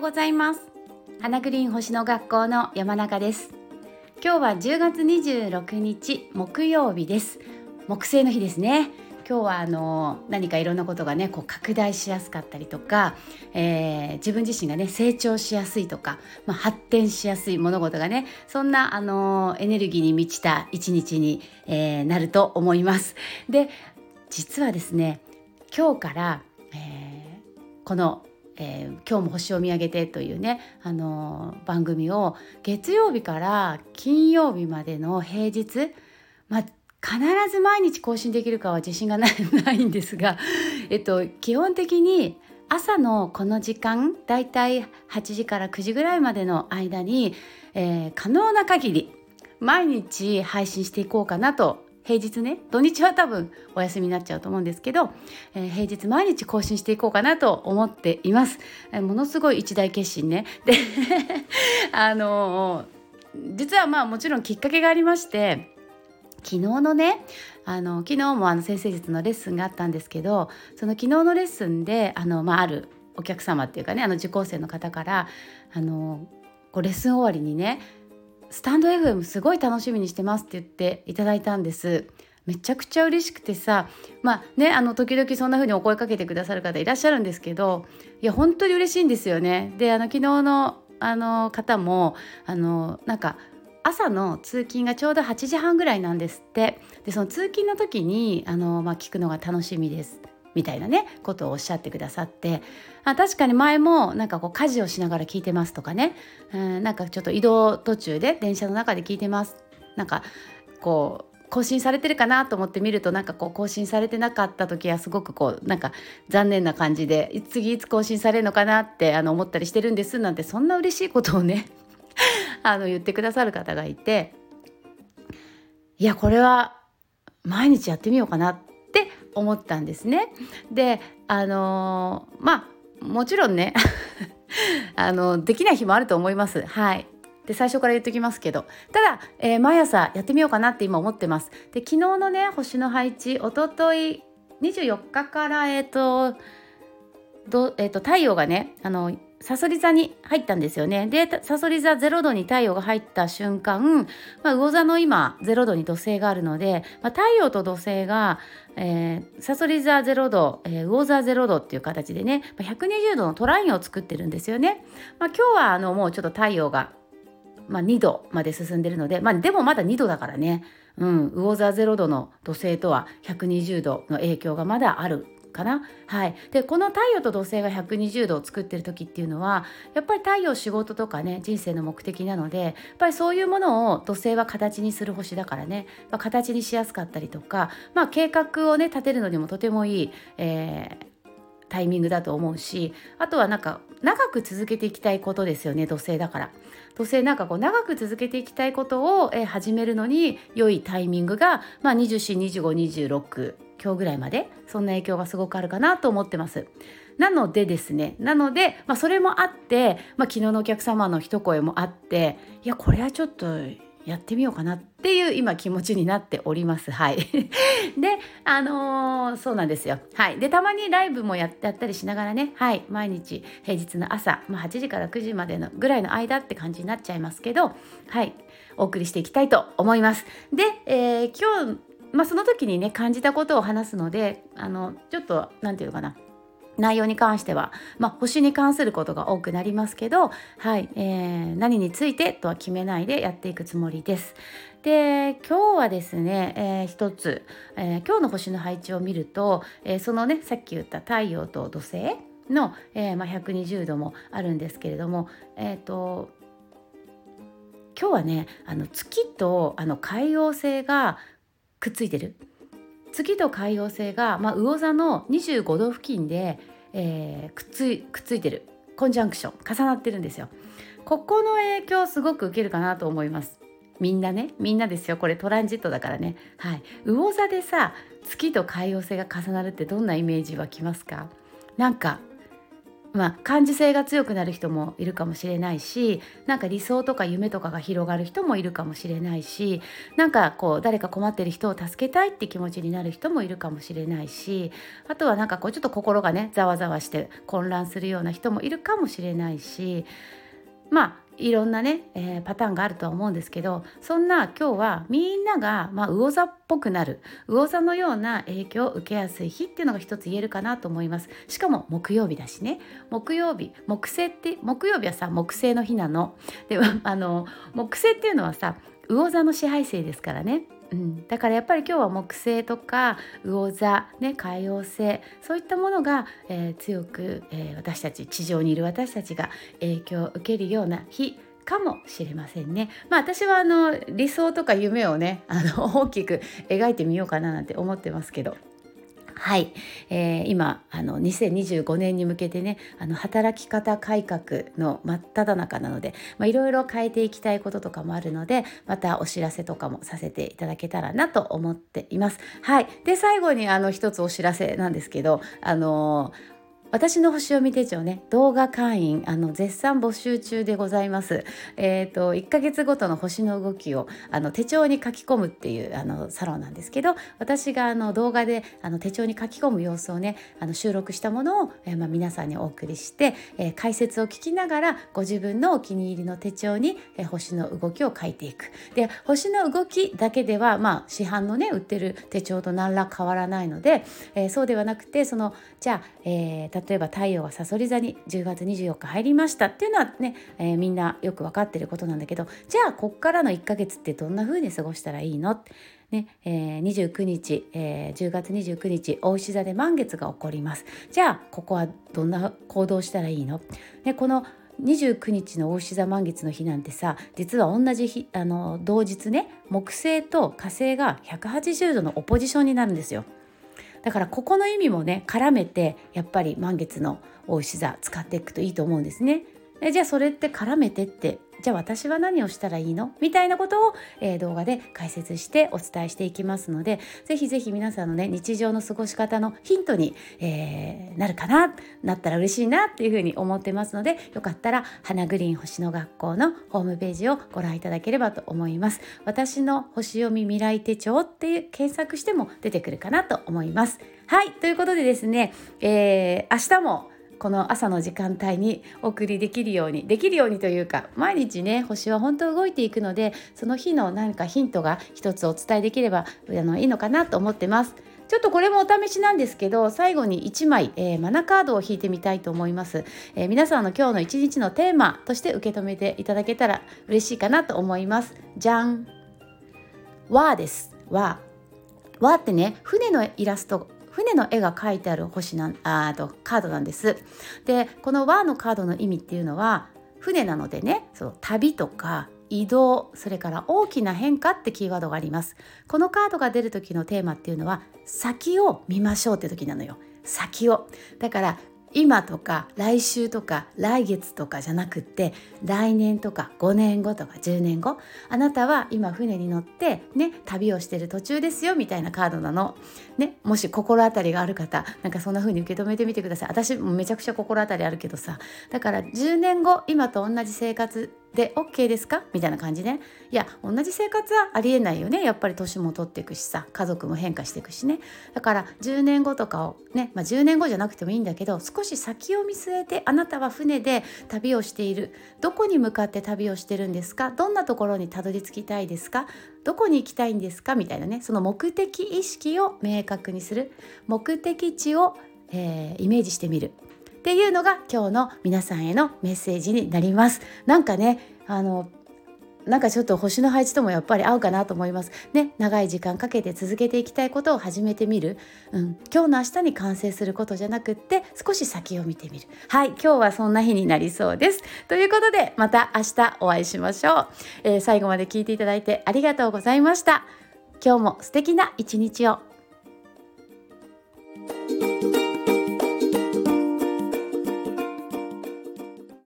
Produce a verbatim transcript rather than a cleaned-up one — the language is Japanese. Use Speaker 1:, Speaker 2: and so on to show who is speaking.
Speaker 1: うございます。花グリーン星の学校の山中です。今日はじゅうがつにじゅうろくにち木曜日です。木星の日ですね。今日はあの何かいろんなことがねこう拡大しやすかったりとか、えー、自分自身がね成長しやすいとか、まあ、発展しやすい物事がねそんなあのエネルギーに満ちた一日に、えー、なると思います。で、実はですね今日から、えー、このえー、今日も星を見上げてというね、あのー、番組を月曜日から金曜日までの平日、まあ、必ず毎日更新できるかは自信がない、ないんですが、えっと、基本的に朝のこの時間だいたいはちじからくじぐらいまでの間に、えー、可能な限り毎日配信していこうかなと。平日ね、土日は多分お休みになっちゃうと思うんですけど、えー、平日毎日更新していこうかなと思っています。えー、ものすごい一大決心ね。であのー、実はまあもちろんきっかけがありまして、昨日のねあの昨日もあの先生術のレッスンがあったんですけど、その昨日のレッスンであの、まあ、あるお客様っていうかね、あの受講生の方からあのこうレッスン終わりにね、スタンド エフエム すごい楽しみにしてますって言っていただいたんです。めちゃくちゃ嬉しくてさ、まあね、あの時々そんな風にお声かけてくださる方いらっしゃるんですけど、いや本当に嬉しいんですよね。で、あの昨日のあの方もあのなんか朝の通勤がちょうどはちじはんぐらいなんですって。で、その通勤の時にあの、まあ、聞くのが楽しみですみたいなねことをおっしゃってくださって、あ、確かに前もなんかこう家事をしながら聞いてますとかね、うん、なんかちょっと移動途中で電車の中で聞いてます、なんかこう更新されてるかなと思って見ると、なんかこう更新されてなかった時はすごくこうなんか残念な感じで、次いつ更新されるのかなってあの思ったりしてるんですなんて、そんな嬉しいことをねあの言ってくださる方がいて、いやこれは毎日やってみようかなって思ったんですね。で、あのー、まあもちろんねあのできない日もあると思います。はい。で、最初から言っときますけど、ただ、えー、毎朝やってみようかなって今思ってます。で、昨日のね星の配置、一昨日にじゅうよっかからえっ、ー、とど、えー、と太陽がねあのさそり座に入ったんですよね。で、さそり座ゼロどに太陽が入った瞬間、まあ、魚座の今ゼロどに土星があるので、まあ、太陽と土星がさそり座ゼロど、えー、魚座ゼロどっていう形でねひゃくにじゅうどのトラインを作ってるんですよね。まあ、今日はあのもうちょっと太陽が、まあ、にどまで進んでるので、まあ、でもまだにどだからね、うん、魚座ゼロどの土星とはひゃくにじゅうどの影響がまだあるかな。はい。で、この太陽と土星がひゃくにじゅうどを作ってる時っていうのは、やっぱり太陽仕事とかね人生の目的なので、やっぱりそういうものを土星は形にする星だからね、まあ、形にしやすかったりとか、まあ、計画をね立てるのにもとてもいい、えータイミングだと思うし、あとはなんか長く続けていきたいことですよね。土星だから、土星なんかこう長く続けていきたいことを、えー、始めるのに良いタイミングが、まあ、にじゅうよん、にじゅうご、にじゅうろく今日ぐらいまで、そんな影響がすごくあるかなと思ってます。なのでですねなので、まあ、それもあって、まあ、昨日のお客様の一声もあって、いやこれはちょっとやってみようかなっていう今気持ちになっております。はいで、あのー、そうなんですよ。はい。で、たまにライブもやってやったりしながらね、はい、毎日平日の朝、まあ、はちじからくじまでのぐらいの間って感じになっちゃいますけど、はい、お送りしていきたいと思います。で、えー、今日、まあ、その時にね感じたことを話すので、あのちょっとなんていうのかな、内容に関しては、まあ、星に関することが多くなりますけど、はい、えー、何についてとは決めないでやっていくつもりです。で、今日はですね、えー、一つ、えー、今日の星の配置を見ると、えー、そのねさっき言った太陽と土星の、えーまあ、ひゃくにじゅうどもあるんですけれども、えーと今日はねあの月とあの海王星がくっついてる。月と海王星が、まあ、魚座のにじゅうごど付近で、えー、くっつい、くっついてる、コンジャンクション重なってるんですよ。ここの影響すごく受けるかなと思います。みんなねみんなですよ、これトランジットだからね。はい。魚座でさ月と海王星が重なるってどんなイメージ湧きますか？なんかまあ、感受性が強くなる人もいるかもしれないし、なんか理想とか夢とかが広がる人もいるかもしれないし、なんかこう誰か困ってる人を助けたいって気持ちになる人もいるかもしれないし、あとはなんかこうちょっと心がねざわざわして混乱するような人もいるかもしれないし、まあいろんなね、えー、パターンがあるとは思うんですけど、そんな今日はみんなが、まあ、魚座っぽくなる、魚座のような影響を受けやすい日っていうのが一つ言えるかなと思います。しかも木曜日だしね。木曜日、木星って木曜日はさ木星の日なので、あの木星っていうのはさ魚座の支配星ですからね。うん、だからやっぱり今日は木星とか魚座、ね、海王星、そういったものが、えー、強く、えー、私たち地上にいる私たちが影響を受けるような日かもしれませんね。まあ私はあの理想とか夢をねあの大きく描いてみようかななんて思ってますけど、はい、えー、今あのにせんにじゅうごねんに向けてねあの働き方改革の真っ只中なので、まあ、いろいろ変えていきたいこととかもあるので、またお知らせとかもさせていただけたらなと思っています。はい、で最後にあの一つお知らせなんですけど、あのー私の星読み手帳ね、動画会員あの絶賛募集中でございます。えーと、いっかげつごとの星の動きをあの手帳に書き込むっていうあのサロンなんですけど、私があの動画であの手帳に書き込む様子をねあの収録したものを、えーまあ、皆さんにお送りして、えー、解説を聞きながらご自分のお気に入りの手帳に、えー、星の動きを書いていく。で星の動きだけでは、まあ、市販のね売ってる手帳と何ら変わらないので、えー、そうではなくて、そのじゃあ、えー例えば太陽がさそり座にじゅうがつにじゅうよっか入りましたっていうのはね、えー、みんなよく分かってることなんだけど、じゃあこっからのいっかげつってどんな風に過ごしたらいいの、ねえー、にじゅうくにち、えー、じゅうがつにじゅうくにち牡牛座で満月が起こります。じゃあここはどんな行動したらいいの、ね、このにじゅうくにちの牡牛座満月の日なんてさ、実は同じ日あの同日ね木星と火星がひゃくはちじゅうどのオポジションになるんですよ。だからここの意味もね絡めてやっぱり満月の牡牛座使っていくといいと思うんですね。じゃあそれって絡めてって、じゃあ私は何をしたらいいのみたいなことを、えー、動画で解説してお伝えしていきますので、ぜひぜひ皆さんのね日常の過ごし方のヒントに、えー、なるかななったら嬉しいなっていうふうに思ってますので、よかったら花グリーン星の学校のホームページをご覧いただければと思います。私の星読み未来手帳っていう検索しても出てくるかなと思います。はい、ということでですね、えー、明日もこの朝の時間帯にお送りできるようにできるようにというか、毎日ね星は本当動いていくので、その日の何かヒントが一つお伝えできればあのいいのかなと思ってます。ちょっとこれもお試しなんですけど、最後にいちまい、えー、マナカードを引いてみたいと思います。えー、皆さんの今日の一日のテーマとして受け止めていただけたら嬉しいかなと思います。じゃん、ワーです。ワーワーってね、船のイラスト船の絵が描いてある星なんあとカードなんです。でこのワーのカードの意味っていうのは、船なのでね、その旅とか移動、それから大きな変化ってキーワードがあります。このカードが出る時のテーマっていうのは、先を見ましょうって時なのよ。先を。だから今とか来週とか来月とかじゃなくって、来年とかごねんごとかじゅうねんご、あなたは今船に乗ってね旅をしてる途中ですよみたいなカードなのね。もし心当たりがある方、なんかそんな風に受け止めてみてください。私もめちゃくちゃ心当たりあるけどさ、だからじゅうねんご今と同じ生活で OK ですかみたいな感じね。いや同じ生活はありえないよね。やっぱり年も取っていくしさ、家族も変化していくしね。だからじゅうねんごとかをね、まあ、じゅうねんごじゃなくてもいいんだけど、少し先を見据えて、あなたは船で旅をしている。どこに向かって旅をしてるんですか？どんなところにたどり着きたいですか？どこに行きたいんですか？みたいなね、その目的意識を明確にする、目的地を、えー、イメージしてみるっていうのが今日の皆さんへのメッセージになります。なんかね、あのなんかちょっと星の配置ともやっぱり合うかなと思いますね。長い時間かけて続けていきたいことを始めてみる、うん、今日の明日に完成することじゃなくって、少し先を見てみる。はい、今日はそんな日になりそうです。ということで、また明日お会いしましょう。えー、最後まで聞いていただいてありがとうございました。今日も素敵な一日を。